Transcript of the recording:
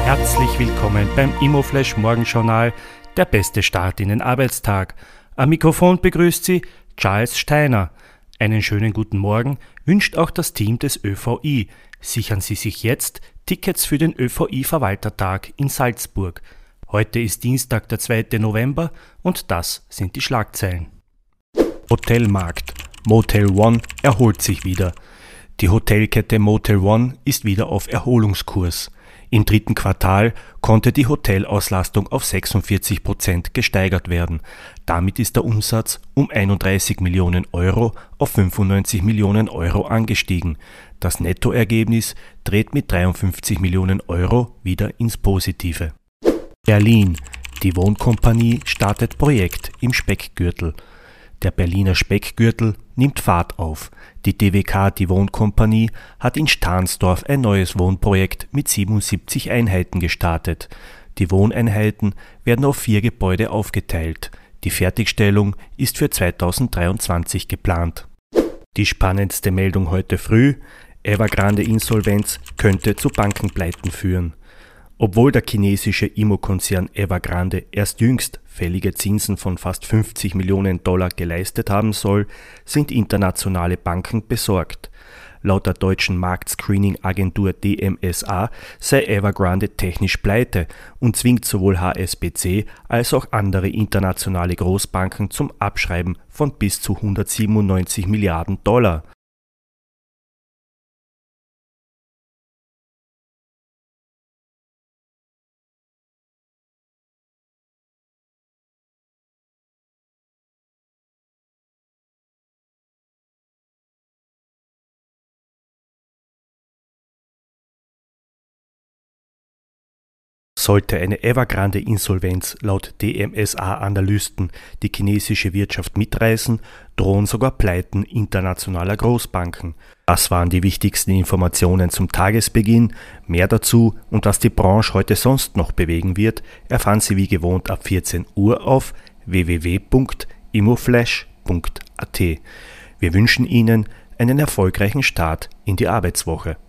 Herzlich willkommen beim Immoflash Morgenjournal, der beste Start in den Arbeitstag. Am Mikrofon begrüßt Sie Charles Steiner. Einen schönen guten Morgen wünscht auch das Team des ÖVI. Sichern Sie sich jetzt Tickets für den ÖVI-Verwaltertag in Salzburg. Heute ist Dienstag, der 2. November und das sind die Schlagzeilen. Hotelmarkt. Motel One erholt sich wieder. Die Hotelkette Motel One ist wieder auf Erholungskurs. Im dritten Quartal konnte die Hotelauslastung auf 46% gesteigert werden. Damit ist der Umsatz um 31 Millionen Euro auf 95 Millionen Euro angestiegen. Das Nettoergebnis dreht mit 53 Millionen Euro wieder ins Positive. Berlin. Die Wohnkompanie startet Projekt im Speckgürtel. Der Berliner Speckgürtel nimmt Fahrt auf. Die DWK, die Wohnkompanie, hat in Stahnsdorf ein neues Wohnprojekt mit 77 Einheiten gestartet. Die Wohneinheiten werden auf 4 Gebäude aufgeteilt. Die Fertigstellung ist für 2023 geplant. Die spannendste Meldung heute früh: Evergrande-Insolvenz könnte zu Bankenpleiten führen. Obwohl der chinesische Immokonzern Evergrande erst jüngst fällige Zinsen von fast 50 Millionen Dollar geleistet haben soll, sind internationale Banken besorgt. Laut der deutschen Marktscreening-Agentur DMSA sei Evergrande technisch pleite und zwingt sowohl HSBC als auch andere internationale Großbanken zum Abschreiben von bis zu 197 Milliarden Dollar. Sollte eine Evergrande-Insolvenz laut DMSA-Analysten die chinesische Wirtschaft mitreißen, drohen sogar Pleiten internationaler Großbanken. Das waren die wichtigsten Informationen zum Tagesbeginn. Mehr dazu und was die Branche heute sonst noch bewegen wird, erfahren Sie wie gewohnt ab 14 Uhr auf www.immoflash.at. Wir wünschen Ihnen einen erfolgreichen Start in die Arbeitswoche.